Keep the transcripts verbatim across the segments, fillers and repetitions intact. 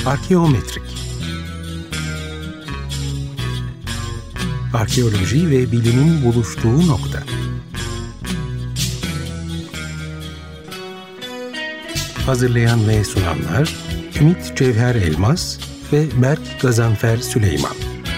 Arkeometrik. Arkeoloji ve bilimin buluştuğu nokta. Hazırlayan ve sunanlar Ümit Cevher Elmas ve Berk Gazanfer Süleyman.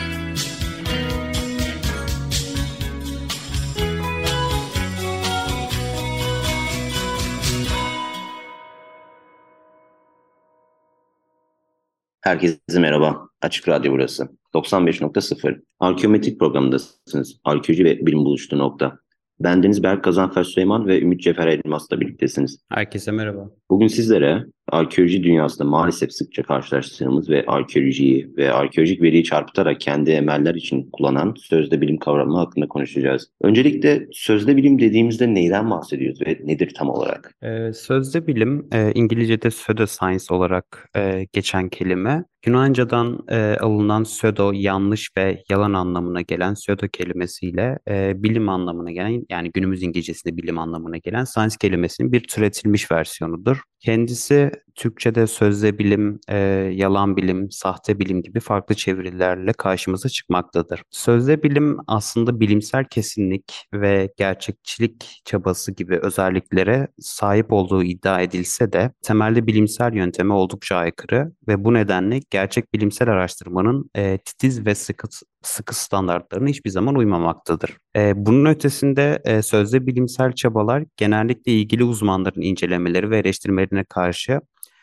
Herkese merhaba. Açık Radyo burası. doksan beş nokta sıfır. Arkeometrik programındasınız. Arkeoloji ve bilim buluştuğu nokta. Bendeniz Berk Gazanfer Süleyman ve Ümit Cefer Elmas'la birliktesiniz. Herkese merhaba. Bugün sizlere arkeoloji dünyasında maalesef sıkça karşılaştığımız ve arkeolojiyi ve arkeolojik veriyi çarpıtarak kendi emeller için kullanan sözde bilim kavramı hakkında konuşacağız. Öncelikle sözde bilim dediğimizde neyden bahsediyoruz ve nedir tam olarak? Ee, sözde bilim, e, İngilizce'de pseudoscience olarak e, geçen kelime, Yunanca'dan e, alınan pseudo, yanlış ve yalan anlamına gelen pseudo kelimesiyle e, bilim anlamına gelen, yani günümüz İngilizcesinde bilim anlamına gelen science kelimesinin bir türetilmiş versiyonudur. Kendisi Türkçe'de sözde bilim, e, yalan bilim, sahte bilim gibi farklı çevirilerle karşımıza çıkmaktadır. Sözde bilim aslında bilimsel kesinlik ve gerçekçilik çabası gibi özelliklere sahip olduğu iddia edilse de temelde bilimsel yönteme oldukça aykırı ve bu nedenle gerçek bilimsel araştırmanın e, titiz ve sıkı, sıkı standartlarına hiçbir zaman uymamaktadır. E, bunun ötesinde e, sözde bilimsel çabalar genellikle ilgili uzmanların incelemeleri ve eleştirmelerine karşı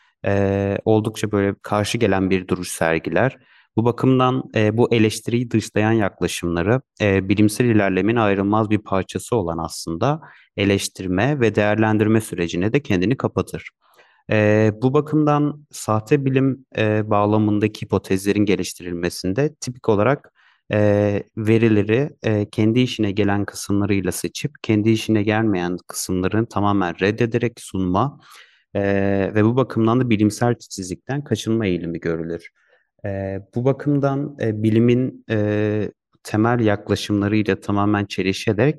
e, oldukça böyle karşı gelen bir duruş sergiler. Bu bakımdan e, bu eleştiriyi dışlayan yaklaşımları e, bilimsel ilerlemenin ayrılmaz bir parçası olan aslında eleştirme ve değerlendirme sürecine de kendini kapatır. E, bu bakımdan sahte bilim e, bağlamındaki hipotezlerin geliştirilmesinde tipik olarak e, verileri e, kendi işine gelen kısımlarıyla seçip kendi işine gelmeyen kısımların tamamen reddederek sunma e, ve bu bakımdan da bilimsel titizlikten kaçınma eğilimi görülür. E, bu bakımdan e, bilimin e, temel yaklaşımlarıyla tamamen çelişerek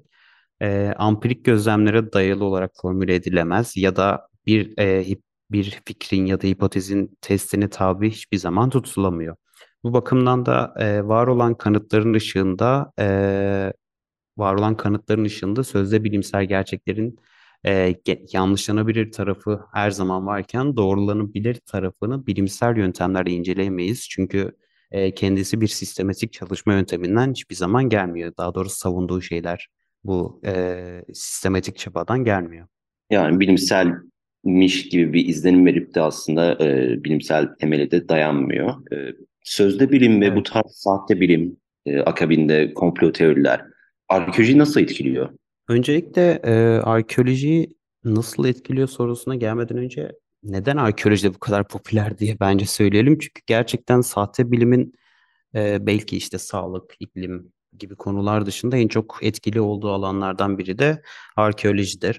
e, ampirik gözlemlere dayalı olarak formüle edilemez ya da bir e, hip- bir fikrin ya da hipotezin testine tabi hiçbir zaman tutulamıyor. Bu bakımdan da e, var olan kanıtların ışığında e, var olan kanıtların ışığında sözde bilimsel gerçeklerin e, ge- yanlışlanabilir tarafı her zaman varken doğrulanabilir tarafını bilimsel yöntemlerle inceleyemeyiz. Çünkü e, kendisi bir sistematik çalışma yönteminden hiçbir zaman gelmiyor. Daha doğrusu savunduğu şeyler bu e, sistematik çabadan gelmiyor. Yani bilimselmiş gibi bir izlenim verip de aslında e, bilimsel temele de dayanmıyor. E, sözde bilim ve bu Evet. tarz sahte bilim, e, akabinde komplo teoriler arkeolojiyi nasıl etkiliyor? Öncelikle e, arkeolojiyi nasıl etkiliyor sorusuna gelmeden önce neden arkeoloji de bu kadar popüler diye bence söyleyelim. Çünkü gerçekten sahte bilimin e, belki işte sağlık, iklim gibi konular dışında en çok etkili olduğu alanlardan biri de arkeolojidir.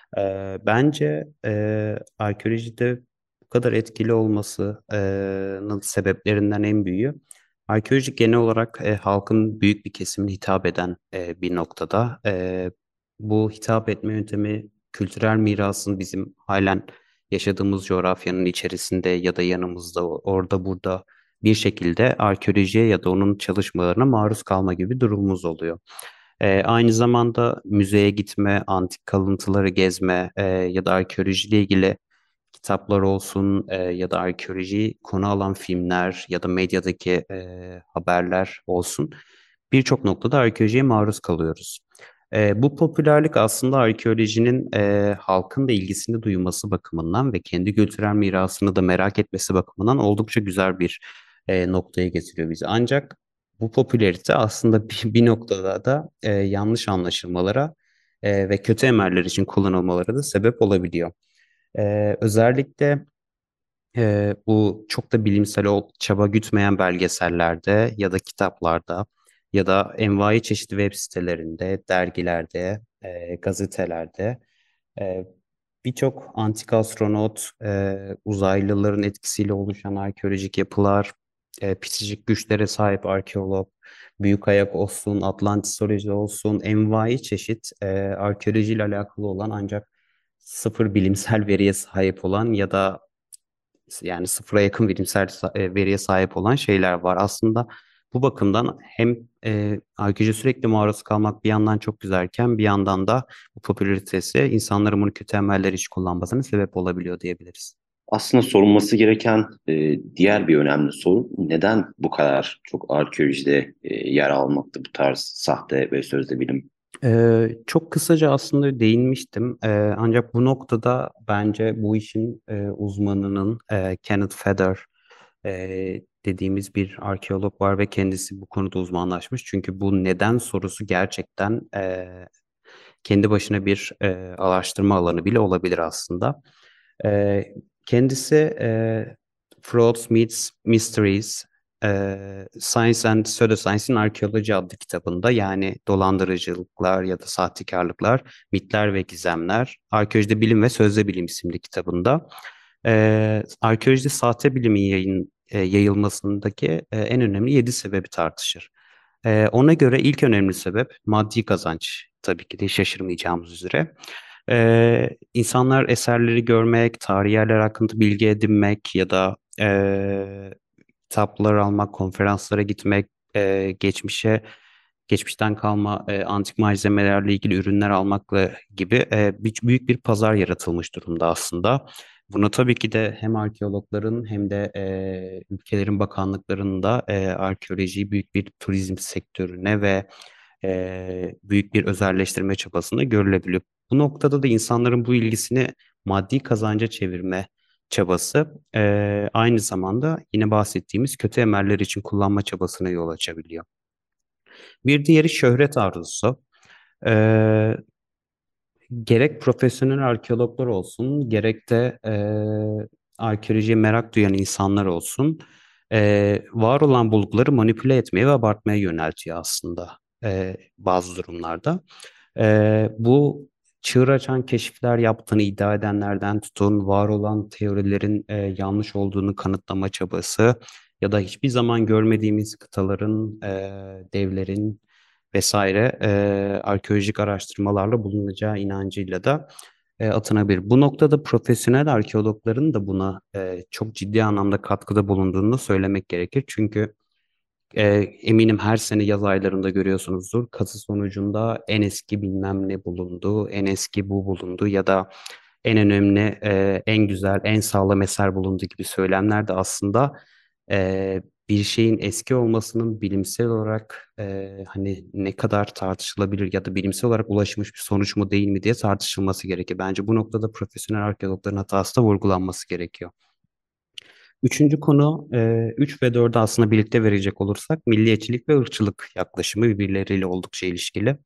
E, bence e, arkeolojide bu kadar etkili olmasının sebeplerinden en büyüğü arkeoloji genel olarak e, halkın büyük bir kesimine hitap eden e, bir noktada. E, bu hitap etme yöntemi kültürel mirasın bizim halen yaşadığımız coğrafyanın içerisinde ya da yanımızda orada burada bir şekilde arkeolojiye ya da onun çalışmalarına maruz kalma gibi bir durumumuz oluyor. Ee, aynı zamanda müzeye gitme, antik kalıntıları gezme e, ya da arkeolojiyle ilgili kitaplar olsun e, ya da arkeolojiyi konu alan filmler ya da medyadaki e, haberler olsun birçok noktada arkeolojiye maruz kalıyoruz. E, bu popülerlik aslında arkeolojinin e, halkın da ilgisini duyması bakımından ve kendi kültürel mirasını da merak etmesi bakımından oldukça güzel bir e, noktaya getiriyor bizi. Ancak bu popülerite aslında bir, bir noktada da e, yanlış anlaşılmalara e, ve kötü emeller için kullanılmalara da sebep olabiliyor. E, özellikle e, bu çok da bilimsel ol, çaba gütmeyen belgesellerde ya da kitaplarda ya da envai çeşitli web sitelerinde, dergilerde, e, gazetelerde e, birçok antik astronot, e, uzaylıların etkisiyle oluşan arkeolojik yapılar, e, psikik güçlere sahip arkeolog, büyük ayak olsun, Atlantisoloji olsun, envai çeşit e, arkeolojiyle alakalı olan ancak sıfır bilimsel veriye sahip olan ya da yani sıfıra yakın bilimsel sa- e, veriye sahip olan şeyler var. Aslında bu bakımdan hem e, arkeoloji sürekli maruz kalmak bir yandan çok güzelken bir yandan da bu popülaritesi insanların bunu kötü emeller için kullanmasına sebep olabiliyor diyebiliriz. Aslında sorulması gereken e, diğer bir önemli soru, neden bu kadar çok arkeolojide e, yer almakta bu tarz sahte ve sözde bilim? Ee, çok kısaca aslında değinmiştim. Ee, ancak bu noktada bence bu işin e, uzmanının e, Kenneth Feder e, dediğimiz bir arkeolog var ve kendisi bu konuda uzmanlaşmış. Çünkü bu neden sorusu gerçekten e, kendi başına bir e, araştırma alanı bile olabilir aslında. E, kendisi e, Frauds Meets Mysteries, e, Science and Pseudoscience in Archaeology adlı kitabında, yani dolandırıcılıklar ya da sahtekarlıklar, mitler ve gizemler, Arkeolojide Bilim ve Sözde Bilim isimli kitabında e, arkeolojide sahte bilimin yayın, e, yayılmasındaki e, en önemli yedi sebebi tartışır. E, ona göre ilk önemli sebep maddi kazanç. Tabii ki de şaşırmayacağımız üzere. Ee, insanlar eserleri görmek, tarihi yerler hakkında bilgi edinmek ya da e, kitaplar almak, konferanslara gitmek, e, geçmişe, geçmişten kalma e, antik malzemelerle ilgili ürünler almakla gibi e, bir, büyük bir pazar yaratılmış durumda aslında. Buna tabii ki de hem arkeologların hem de e, ülkelerin bakanlıklarının da e, arkeolojiyi büyük bir turizm sektörüne ve e, büyük bir özelleştirme çabasında görülebiliyor. Bu noktada da insanların bu ilgisini maddi kazanca çevirme çabası e, aynı zamanda yine bahsettiğimiz kötü emeller için kullanma çabasına yol açabiliyor. Bir diğeri şöhret arzusu. E, gerek profesyonel arkeologlar olsun, gerek de e, arkeolojiye merak duyan insanlar olsun, e, var olan bulguları manipüle etmeye ve abartmaya yöneltiyor aslında e, bazı durumlarda. E, bu çığır açan keşifler yaptığını iddia edenlerden tutun, var olan teorilerin e, yanlış olduğunu kanıtlama çabası ya da hiçbir zaman görmediğimiz kıtaların, e, devlerin vesaire e, arkeolojik araştırmalarla bulunacağı inancıyla da e, atınabilir. Bu noktada profesyonel arkeologların da buna e, çok ciddi anlamda katkıda bulunduğunu söylemek gerekir. Çünkü e, eminim her sene yaz aylarında görüyorsunuzdur. Kazı sonucunda en eski bilmem ne bulundu, en eski bu bulundu ya da en önemli, e, en güzel, en sağlam eser bulundu gibi söylemler de aslında e, bir şeyin eski olmasının bilimsel olarak e, hani ne kadar tartışılabilir ya da bilimsel olarak ulaşılmış bir sonuç mu değil mi diye tartışılması gerekir. Bence bu noktada profesyonel arkeologların hatası da vurgulanması gerekiyor. Üçüncü konu, e, üç ve dördü aslında birlikte verecek olursak milliyetçilik ve ırkçılık yaklaşımı birbirleriyle oldukça ilişkili.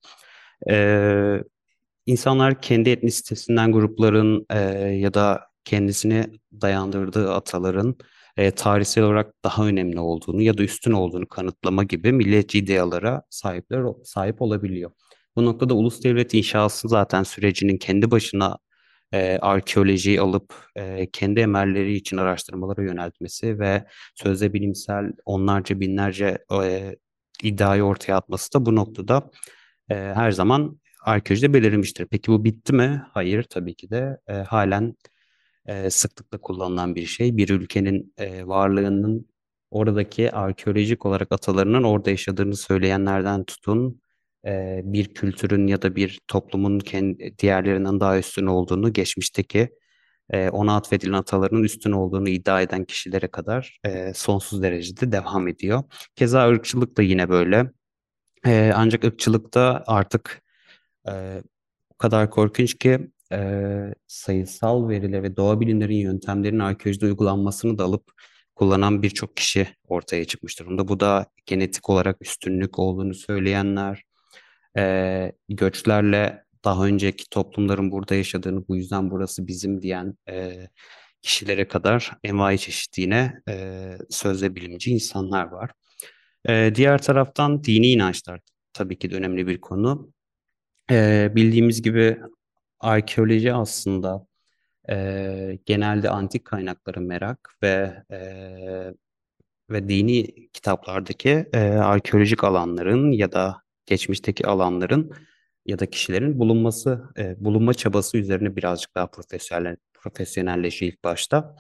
E, insanlar kendi etnisitesinden grupların e, ya da kendisine dayandırdığı ataların e, tarihsel olarak daha önemli olduğunu ya da üstün olduğunu kanıtlama gibi milliyetçi idealara sahipler sahip olabiliyor. Bu noktada ulus devlet inşası zaten sürecinin kendi başına e, arkeolojiyi alıp e, kendi emelleri için araştırmalara yöneltmesi ve sözde bilimsel onlarca binlerce e, iddiayı ortaya atması da bu noktada e, her zaman arkeolojide belirmiştir. Peki bu bitti mi? Hayır, tabii ki de e, halen e, sıklıkla kullanılan bir şey. Bir ülkenin e, varlığının oradaki arkeolojik olarak atalarının orada yaşadığını söyleyenlerden tutun, e, bir kültürün ya da bir toplumun kendi, diğerlerinden daha üstün olduğunu, geçmişteki e, ona atfedilen atalarının üstün olduğunu iddia eden kişilere kadar e, sonsuz derecede devam ediyor. Keza ırkçılık da yine böyle. E, ancak ırkçılıkta artık e, o kadar korkunç ki e, sayısal veriler ve doğa bilimlerin yöntemlerinin arkeolojide uygulanmasını da alıp kullanan birçok kişi ortaya çıkmış durumda. Bu da genetik olarak üstünlük olduğunu söyleyenler, e, göçlerle daha önceki toplumların burada yaşadığını, bu yüzden burası bizim diyen e, kişilere kadar envai çeşit yine e, sözde bilimci insanlar var. E, diğer taraftan dini inançlar tabii ki de önemli bir konu. E, bildiğimiz gibi arkeoloji aslında e, genelde antik kaynaklara merak ve e, ve dini kitaplardaki e, arkeolojik alanların ya da geçmişteki alanların ya da kişilerin bulunması, e, bulunma çabası üzerine birazcık daha profesyonel, profesyonelleşiyor ilk başta.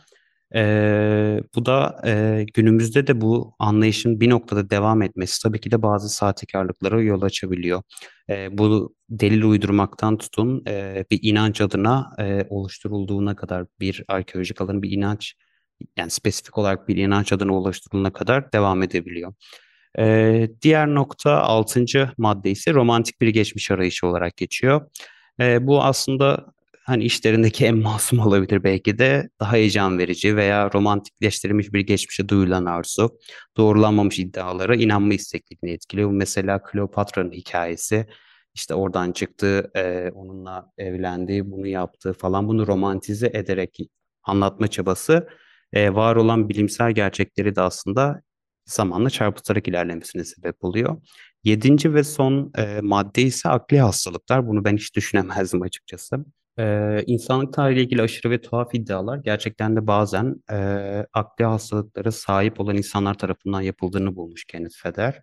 Ee, bu da e, günümüzde de bu anlayışın bir noktada devam etmesi tabii ki de bazı sahtekarlıklara yol açabiliyor. Ee, bu delil uydurmaktan tutun e, bir inanç adına e, oluşturulduğuna kadar bir arkeolojik alanın bir inanç yani spesifik olarak bir inanç adına oluşturulana kadar devam edebiliyor. Ee, diğer nokta altıncı madde ise romantik bir geçmiş arayışı olarak geçiyor. Ee, bu aslında hani işlerindeki en masum olabilir belki de daha heyecan verici veya romantikleştirilmiş bir geçmişe duyulan arzu, doğrulanmamış iddialara inanma isteklerini etkiliyor. Bu mesela Kleopatra'nın hikayesi, işte oradan çıktı, e, onunla evlendi, bunu yaptı falan bunu romantize ederek anlatma çabası e, var olan bilimsel gerçekleri de aslında zamanla çarpıtarak ilerlemesine sebep oluyor. Yedinci ve son e, madde ise akli hastalıklar. Bunu ben hiç düşünemezdim açıkçası. Ee, insanlık tarihiyle ilgili aşırı ve tuhaf iddialar gerçekten de bazen e, akli hastalıklara sahip olan insanlar tarafından yapıldığını bulmuş Kenneth Feder.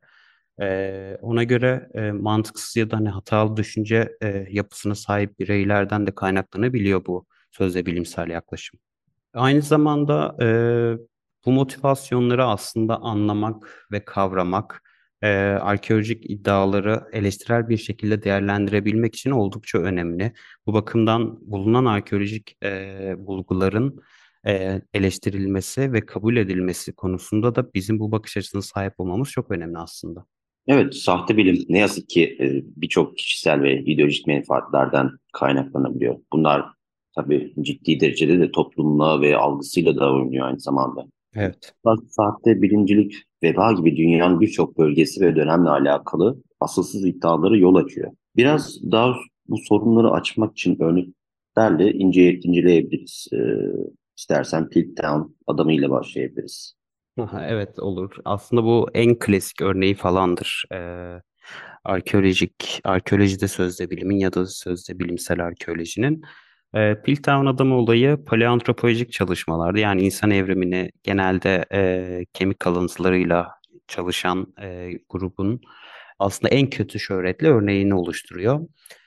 Ee, ona göre e, mantıksız ya da hani hatalı düşünce e, yapısına sahip bireylerden de kaynaklanabiliyor bu sözde bilimsel yaklaşım. Aynı zamanda e, bu motivasyonları aslında anlamak ve kavramak, e, arkeolojik iddiaları eleştirel bir şekilde değerlendirebilmek için oldukça önemli. Bu bakımdan bulunan arkeolojik e, bulguların e, eleştirilmesi ve kabul edilmesi konusunda da bizim bu bakış açısına sahip olmamız çok önemli aslında. Evet, sahte bilim ne yazık ki e, birçok kişisel ve ideolojik menfaatlerden kaynaklanabiliyor. Bunlar tabii ciddi derecede de toplumla ve algısıyla da oynuyor aynı zamanda. Evet. Sa- Sahte bilimcilik, veba gibi dünyanın birçok bölgesi ve dönemle alakalı asılsız iddiaları yol açıyor. Biraz daha bu sorunları açmak için örneklerle ince, inceleyebiliriz. E, istersen Piltdown adamıyla başlayabiliriz. Aha, evet olur. Aslında bu en klasik örneği falandır. Ee, arkeolojik, arkeolojide sözde bilimin ya da sözde bilimsel arkeolojinin. Ee, Piltdown adamı olayı paleoantropolojik çalışmalardı. Yani insan evrimini genelde e, kemik kalıntılarıyla çalışan e, grubun aslında en kötü şöhretli örneğini oluşturuyor.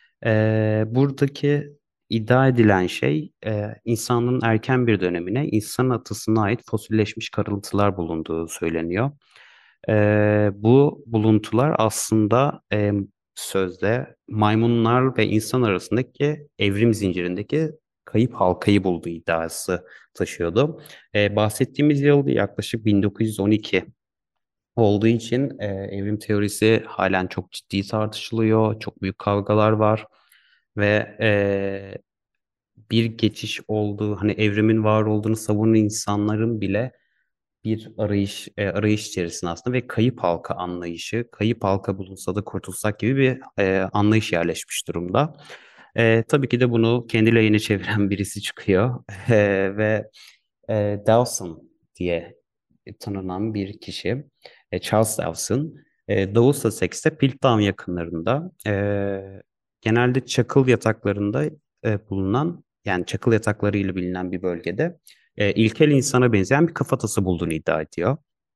Ee, buradaki iddia edilen şey e, insanlığın erken bir dönemine insan atısına ait fosilleşmiş karıntılar bulunduğu söyleniyor. Ee, bu buluntular aslında e, sözde maymunlar ve insan arasındaki evrim zincirindeki kayıp halkayı bulduğu iddiası taşıyordu. Ee, bahsettiğimiz yıl yaklaşık bin dokuz yüz on iki olduğu için e, evrim teorisi halen çok ciddi tartışılıyor. Çok büyük kavgalar var ve e, bir geçiş olduğu hani evrimin var olduğunu savunan insanların bile bir arayış e, arayış içerisinde aslında ve kayıp halka anlayışı, kayıp halka bulunsa da kurtulsak gibi bir e, anlayış yerleşmiş durumda. E, tabii ki de bunu kendi lehine çeviren birisi çıkıyor E, ve e, Dawson diye tanınan bir kişi, e, Charles Dawson, e, Doğu Sussex'te Piltdown yakınlarında e, genelde çakıl yataklarında e, bulunan yani çakıl yataklarıyla bilinen bir bölgede e, ilkel insana benzeyen bir kafatası bulduğunu iddia ediyor.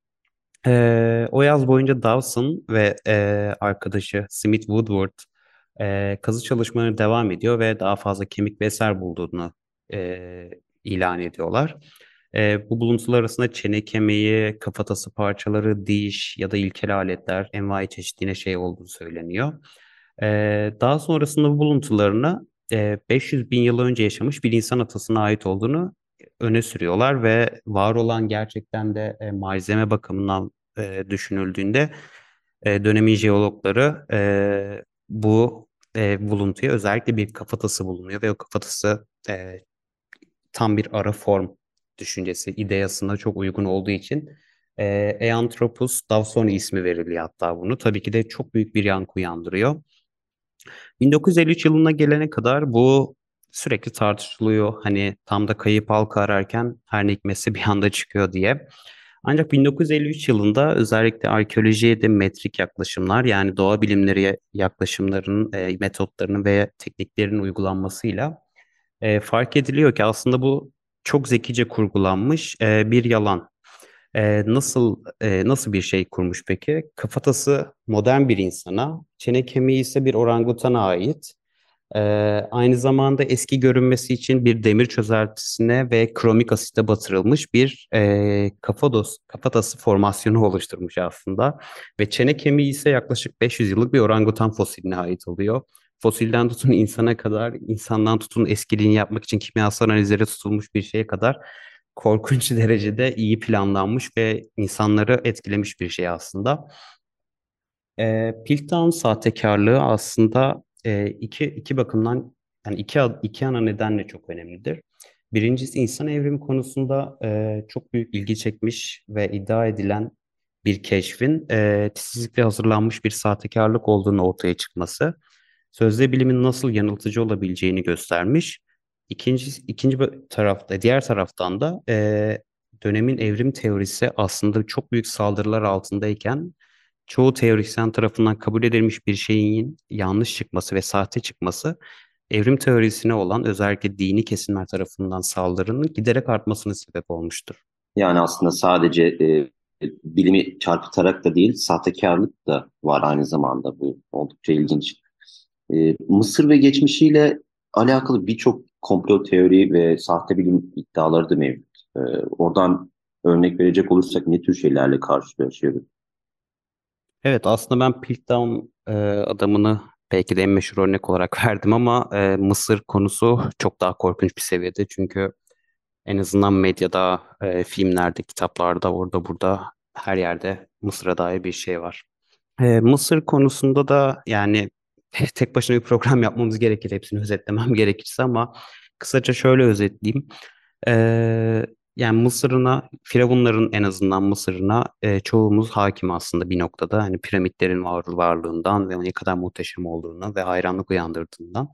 E, o yaz boyunca Dawson ve e, arkadaşı Smith Woodward e, kazı çalışmalarına devam ediyor ve daha fazla kemik ve eser bulduğunu e, ilan ediyorlar. E, bu buluntular arasında çene kemiği, kafatası parçaları, diş ya da ilkel aletler, envai çeşit yine şey olduğu söyleniyor. E, daha sonrasında bu buluntularını e, beş yüz bin yıl önce yaşamış bir insan atasına ait olduğunu öne sürüyorlar ve var olan gerçekten de e, malzeme bakımından e, düşünüldüğünde e, dönemin jeologları e, bu e, buluntuya özellikle bir kafatası bulunuyor ve o kafatası e, tam bir ara form düşüncesi, ideasına çok uygun olduğu için e, Eanthropus dawsoni ismi veriliyor hatta bunu. Tabii ki de çok büyük bir yankı uyandırıyor. bin dokuz yüz elli üç yılına gelene kadar bu sürekli tartışılıyor. Hani tam da kayıp halka ararken her ne hikmetse bir anda çıkıyor diye. Ancak bin dokuz yüz elli üç yılında özellikle arkeolojiye de metrik yaklaşımlar yani doğa bilimleri yaklaşımlarının, e, metotlarının ve tekniklerinin uygulanmasıyla e, fark ediliyor ki aslında bu çok zekice kurgulanmış e, bir yalan. E, nasıl e, nasıl bir şey kurmuş peki? Kafatası modern bir insana, çene kemiği ise bir orangutana ait. Ee, Aynı zamanda eski görünmesi için bir demir çözeltisine ve kromik asite batırılmış bir e, kafados, kafatası formasyonu oluşturmuş aslında. Ve çene kemiği ise yaklaşık beş yüz yıllık bir orangutan fosiline ait oluyor. Fosilden tutun insana kadar, insandan tutun eskiliğini yapmak için kimyasal analizlere tutulmuş bir şeye kadar korkunç derecede iyi planlanmış ve insanları etkilemiş bir şey aslında. E, Piltdown sahtekarlığı aslında e, iki, iki bakımdan yani iki, ad- iki ana nedenle çok önemlidir. Birincisi insan evrimi konusunda e, çok büyük ilgi çekmiş ve iddia edilen bir keşfin e, titizlikle hazırlanmış bir sahtekarlık olduğunu ortaya çıkması. Sözde bilimin nasıl yanıltıcı olabileceğini göstermiş. İkinci, ikinci bö- tarafta, diğer taraftan da e, dönemin evrim teorisi aslında çok büyük saldırılar altındayken çoğu teorisyen tarafından kabul edilmiş bir şeyin yanlış çıkması ve sahte çıkması evrim teorisine olan özellikle dini kesimler tarafından saldırının giderek artmasına sebep olmuştur. Yani aslında sadece e, bilimi çarpıtarak da değil, sahtekarlık da var aynı zamanda. Bu oldukça ilginç. E, Mısır ve geçmişiyle alakalı birçok komplo teori ve sahte bilim iddiaları da mevcut. E, oradan örnek verecek olursak ne tür şeylerle karşılaşıyoruz? Evet, aslında ben Piltdown e, adamını belki de en meşhur örnek olarak verdim ama e, Mısır konusu çok daha korkunç bir seviyede. Çünkü en azından medyada, e, filmlerde, kitaplarda, orada burada her yerde Mısır'a dair bir şey var. E, Mısır konusunda da yani tek başına bir program yapmamız gerekir. Hepsini özetlemem gerekirse ama kısaca şöyle özetleyeyim. E, Yani Mısır'ına, Firavunların en azından Mısır'ına e, çoğumuz hakim aslında bir noktada. Hani piramitlerin var, varlığından ve ne kadar muhteşem olduğunu ve hayranlık uyandırdığından.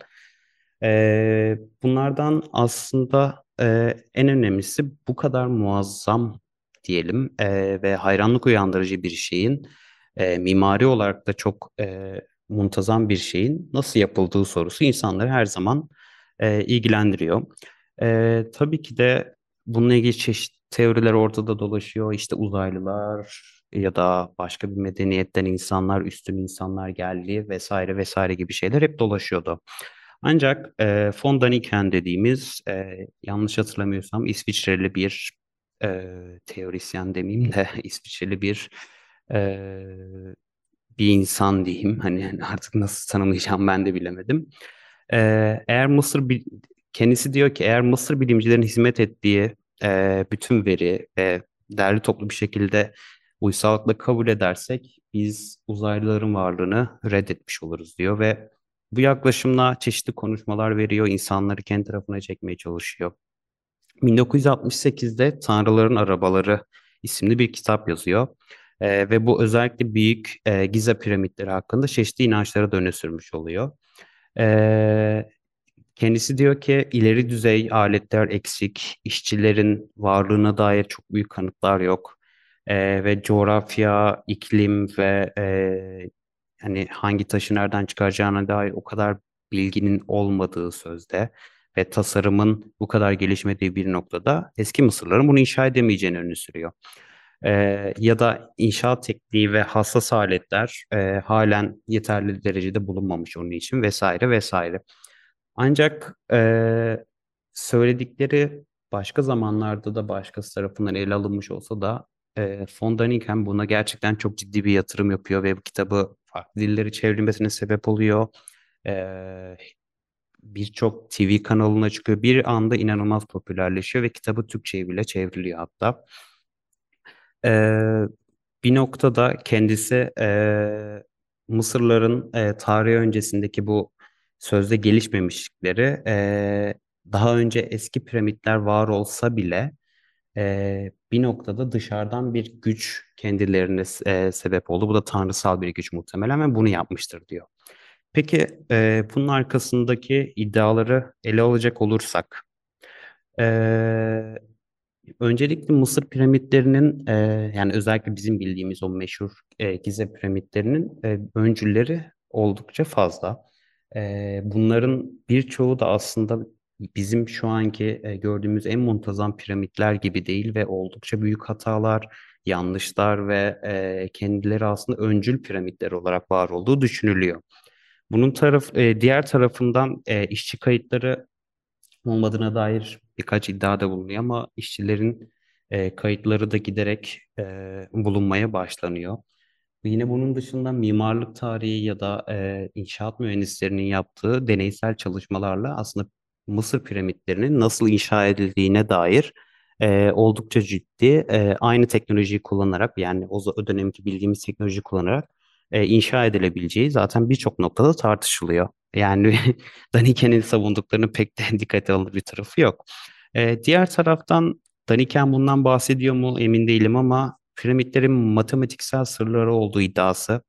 E, bunlardan aslında e, en önemlisi bu kadar muazzam diyelim e, ve hayranlık uyandırıcı bir şeyin e, mimari olarak da çok e, muntazam bir şeyin nasıl yapıldığı sorusu insanları her zaman e, ilgilendiriyor. E, tabii ki de bununla ilgili çeşitli teoriler ortada dolaşıyor. İşte uzaylılar ya da başka bir medeniyetten insanlar, üstün insanlar geldi vesaire vesaire gibi şeyler hep dolaşıyordu. Ancak e, von Daniken dediğimiz e, yanlış hatırlamıyorsam İsviçreli bir e, teorisyen demeyeyim de İsviçreli bir e, bir insan diyeyim. Hani artık nasıl tanımlayacağım ben de bilemedim. Ee, eğer Mısır bil- Kendisi diyor ki eğer Mısır bilimcilerin hizmet ettiği e, bütün veri ve derli toplu bir şekilde uysallıkla kabul edersek biz uzaylıların varlığını reddetmiş oluruz diyor ve bu yaklaşımla çeşitli konuşmalar veriyor, insanları kendi tarafına çekmeye çalışıyor. bin dokuz yüz altmış sekizde Tanrıların Arabaları isimli bir kitap yazıyor. Ee, ve bu özellikle büyük e, Giza piramitleri hakkında çeşitli inançlara da öne sürmüş oluyor. Ee, Kendisi diyor ki ileri düzey aletler eksik, işçilerin varlığına dair çok büyük kanıtlar yok. Ee, ve coğrafya, iklim ve e, hani hangi taşı nereden çıkaracağına dair o kadar bilginin olmadığı sözde ve tasarımın bu kadar gelişmediği bir noktada eski Mısırların bunu inşa edemeyeceğini öne sürüyor. Ee, ya da inşaat tekniği ve hassas aletler e, halen yeterli derecede bulunmamış onun için vesaire vesaire. Ancak e, söyledikleri başka zamanlarda da başkası tarafından ele alınmış olsa da e, Von Däniken buna gerçekten çok ciddi bir yatırım yapıyor ve bu kitabı farklı dillere çevrilmesine sebep oluyor. E, Birçok T V kanalına çıkıyor. Bir anda inanılmaz popülerleşiyor ve kitabı Türkçe'ye bile çevriliyor hatta. Ee, Bir noktada kendisi e, Mısırların e, tarihi öncesindeki bu sözde gelişmemişlikleri e, daha önce eski piramitler var olsa bile e, bir noktada dışarıdan bir güç kendilerine e, sebep oldu. Bu da tanrısal bir güç muhtemelen ve bunu yapmıştır diyor. Peki e, bunun arkasındaki iddiaları ele alacak olursak, e, öncelikle Mısır piramitlerinin e, yani özellikle bizim bildiğimiz o meşhur e, Gize piramitlerinin e, öncülleri oldukça fazla. E, bunların birçoğu da aslında bizim şu anki e, gördüğümüz en muntazam piramitler gibi değil ve oldukça büyük hatalar, yanlışlar ve e, kendileri aslında öncül piramitler olarak var olduğu düşünülüyor. Bunun taraf, e, diğer tarafından e, işçi kayıtları olmadığına dair birkaç iddiada bulunuyor ama işçilerin e, kayıtları da giderek e, bulunmaya başlanıyor. Yine bunun dışında mimarlık tarihi ya da e, inşaat mühendislerinin yaptığı deneysel çalışmalarla aslında Mısır piramitlerinin nasıl inşa edildiğine dair e, oldukça ciddi e, aynı teknolojiyi kullanarak yani o, o dönemki bildiğimiz teknolojiyi kullanarak e, inşa edilebileceği zaten birçok noktada tartışılıyor. Yani Daniken'in savunduklarını pek de dikkate alınır bir tarafı yok. E, diğer taraftan Daniken bundan bahsediyor mu emin değilim ama piramitlerin matematiksel sırları olduğu iddiası.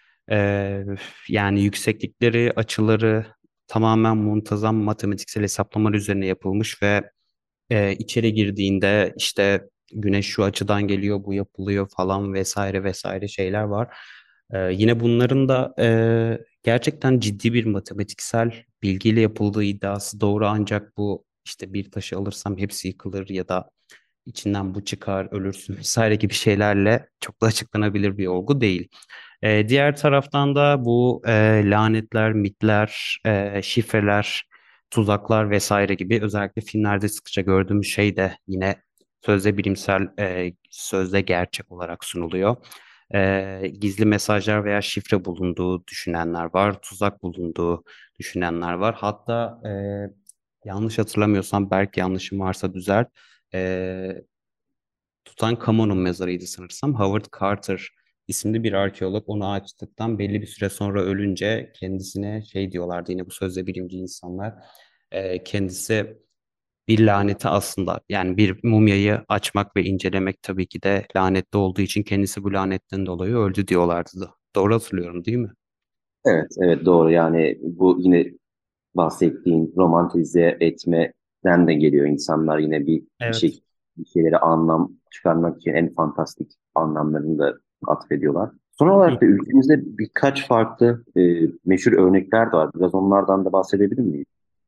Ee, Yani yükseklikleri, açıları tamamen muntazam matematiksel hesaplamalar üzerine yapılmış ve e, içeri girdiğinde işte güneş şu açıdan geliyor, bu yapılıyor falan vesaire vesaire şeyler var. Ee, yine bunların da e, gerçekten ciddi bir matematiksel bilgiyle yapıldığı iddiası doğru ancak bu işte bir taşı alırsam hepsi yıkılır ya da içinden bu çıkar, ölürsün vesaire gibi şeylerle çok da açıklanabilir bir olgu değil. Ee, diğer taraftan da bu e, lanetler, mitler, e, şifreler, tuzaklar vesaire gibi özellikle filmlerde sıkça gördüğümüz şey de yine sözde bilimsel, e, sözde gerçek olarak sunuluyor. E, gizli mesajlar veya şifre bulunduğu düşünenler var, tuzak bulunduğu düşünenler var. Hatta e, yanlış hatırlamıyorsam, belki yanlışım varsa düzelt. E, Tutankamon'un mezarıydı sanırsam. Howard Carter isimli bir arkeolog onu açtıktan belli bir süre sonra ölünce kendisine şey diyorlardı yine bu sözde bilimci insanlar. E, kendisi bir laneti aslında yani bir mumyayı açmak ve incelemek tabii ki de lanetli olduğu için kendisi bu lanetten dolayı öldü diyorlardı da. Doğru hatırlıyorum değil mi? Evet, evet doğru. Yani bu yine bahsettiğin romantize etmeden de geliyor. İnsanlar yine bir bir Evet. şey bir şeylere anlam çıkarmak için en fantastik anlamlarını da atfediyorlar. Son olarak da ülkemizde birkaç farklı e, meşhur örnekler de var. Biraz onlardan da bahsedebilir miyiz?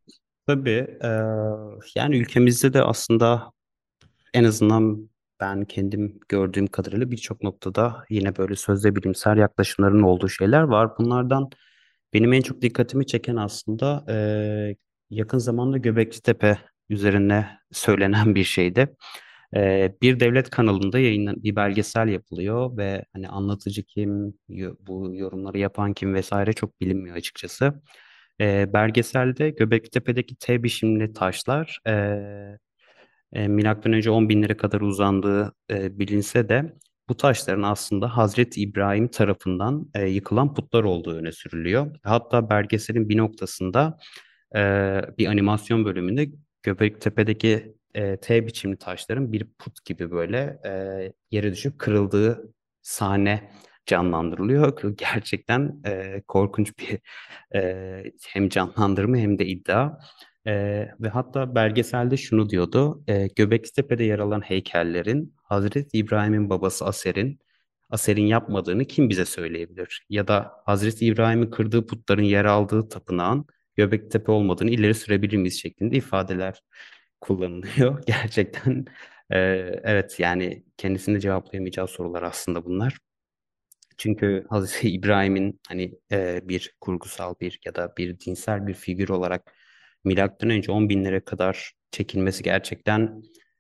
Tabii. eee, yani ülkemizde de aslında en azından ben kendim gördüğüm kadarıyla birçok noktada yine böyle sözde bilimsel yaklaşımların olduğu şeyler var. Bunlardan benim en çok dikkatimi çeken aslında eee, yakın zamanda Göbekli Tepe üzerine söylenen bir şeydi. Eee, bir devlet kanalında yayınlan bir belgesel yapılıyor ve hani anlatıcı kim, yo- bu yorumları yapan kim vesaire çok bilinmiyor açıkçası. Eee belgeselde Göbeklitepe'deki T biçimli taşlar eee e, milattan önce on binlere kadar uzandığı e, bilinse de bu taşların aslında Hazreti İbrahim tarafından e, yıkılan putlar olduğu öne sürülüyor. Hatta belgeselin bir noktasında e, bir animasyon bölümünde Göbeklitepe'deki e, T biçimli taşların bir put gibi böyle e, yere düşüp kırıldığı sahne canlandırılıyor. Gerçekten e, korkunç bir e, hem canlandırma hem de iddia. Ee, ve hatta belgeselde şunu diyordu. E, Göbeklitepe'de yer alan heykellerin Hazreti İbrahim'in babası Aser'in Aser'in yapmadığını kim bize söyleyebilir? Ya da Hazreti İbrahim'in kırdığı putların yer aldığı tapınağın Göbeklitepe olmadığını ileri sürebilir miyiz şeklinde ifadeler kullanılıyor. Gerçekten e, evet yani kendisini cevaplayamayacağı sorular aslında bunlar. Çünkü Hazreti İbrahim'in hani e, bir kurgusal bir ya da bir dinsel bir figür olarak milattan önce on binlere kadar çekilmesi gerçekten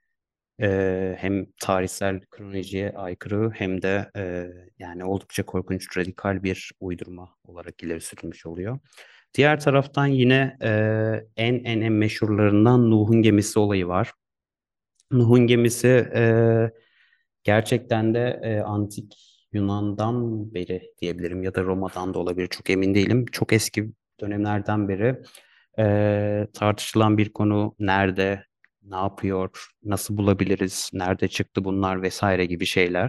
e, hem tarihsel kronolojiye aykırı hem de e, yani oldukça korkunç radikal bir uydurma olarak ileri sürülmüş oluyor. Diğer taraftan yine e, en en en meşhurlarından Nuh'un gemisi olayı var. Nuh'un gemisi e, gerçekten de e, antik Yunan'dan beri diyebilirim ya da Roma'dan da olabilir çok emin değilim. Çok eski dönemlerden beri e, tartışılan bir konu nerede, ne yapıyor, nasıl bulabiliriz, nerede çıktı bunlar vesaire gibi şeyler.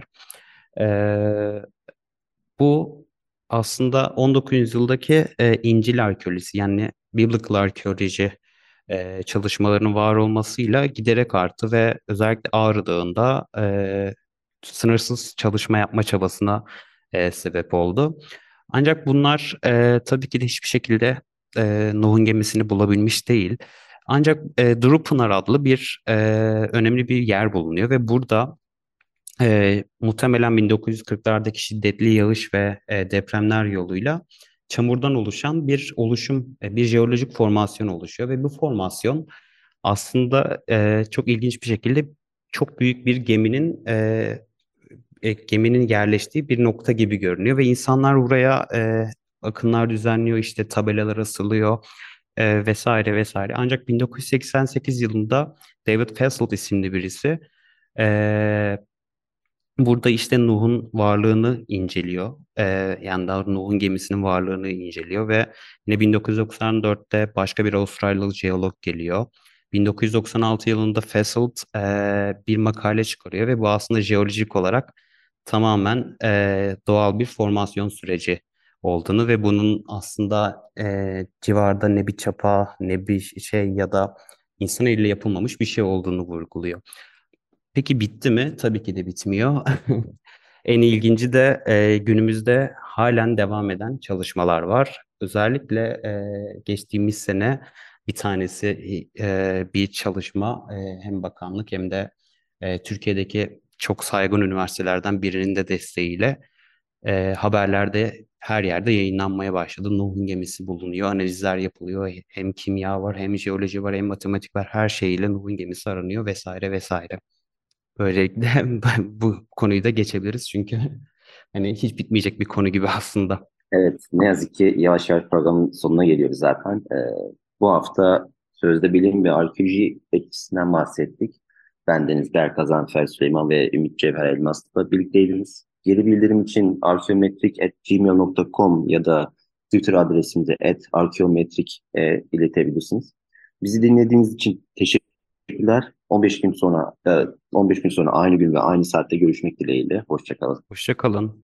E, Bu aslında on dokuzuncu yüzyıldaki e, İncil arkeolojisi yani Biblical arkeoloji e, çalışmalarının var olmasıyla giderek arttı ve özellikle Ağrı Dağı'nda e, sınırsız çalışma yapma çabasına e, sebep oldu. Ancak bunlar e, tabii ki de hiçbir şekilde e, Nuh'un gemisini bulabilmiş değil. Ancak e, Durupınar adlı bir e, önemli bir yer bulunuyor ve burada e, muhtemelen bin dokuz yüz kırklardaki şiddetli yağış ve e, depremler yoluyla çamurdan oluşan bir oluşum, e, bir jeolojik formasyon oluşuyor ve bu formasyon aslında e, çok ilginç bir şekilde çok büyük bir geminin e, e, geminin yerleştiği bir nokta gibi görünüyor ve insanlar buraya e, akınlar düzenliyor, işte tabelalar asılıyor e, vesaire vesaire. Ancak bin dokuz yüz seksen sekiz yılında David Fasold isimli birisi e, burada işte Nuh'un varlığını inceliyor. Ee, yani daha Nuh'un gemisinin varlığını inceliyor ve yine bin dokuz yüz doksan dörtte başka bir Avustralyalı jeolog geliyor. bin dokuz yüz doksan altı yılında Fasold e, bir makale çıkarıyor ve bu aslında jeolojik olarak tamamen e, doğal bir formasyon süreci olduğunu ve bunun aslında e, civarda ne bir çapa ne bir şey ya da insan eliyle yapılmamış bir şey olduğunu vurguluyor. Peki bitti mi? Tabii ki de bitmiyor. En ilginci de e, günümüzde halen devam eden çalışmalar var. Özellikle e, geçtiğimiz sene bir tanesi e, bir çalışma e, hem bakanlık hem de e, Türkiye'deki çok saygın üniversitelerden birinin de desteğiyle e, haberlerde her yerde yayınlanmaya başladı. Nuh'un gemisi bulunuyor, analizler yapılıyor. Hem kimya var, hem jeoloji var, hem matematik var. Her şeyiyle Nuh'un gemisi aranıyor vesaire vesaire. Böylelikle bu konuyu da geçebiliriz çünkü hani hiç bitmeyecek bir konu gibi aslında. Evet, ne yazık ki yavaş yavaş programın sonuna geliyoruz zaten. Ee, bu hafta sözde bilim ve arkeoloji etkisinden bahsettik. Ben Deniz Berk, Gazanfer Süleyman ve Ümit Cevher Elmas'la birlikteydiniz. Geri bildirim için arkeometrik at gmail nokta com ya da Twitter adresimize at arkeometrik e, iletebilirsiniz. Bizi dinlediğiniz için teşekkürler. on beş gün sonra e, on beş gün sonra aynı gün ve aynı saatte görüşmek dileğiyle. Hoşça kalın. Hoşça kalın.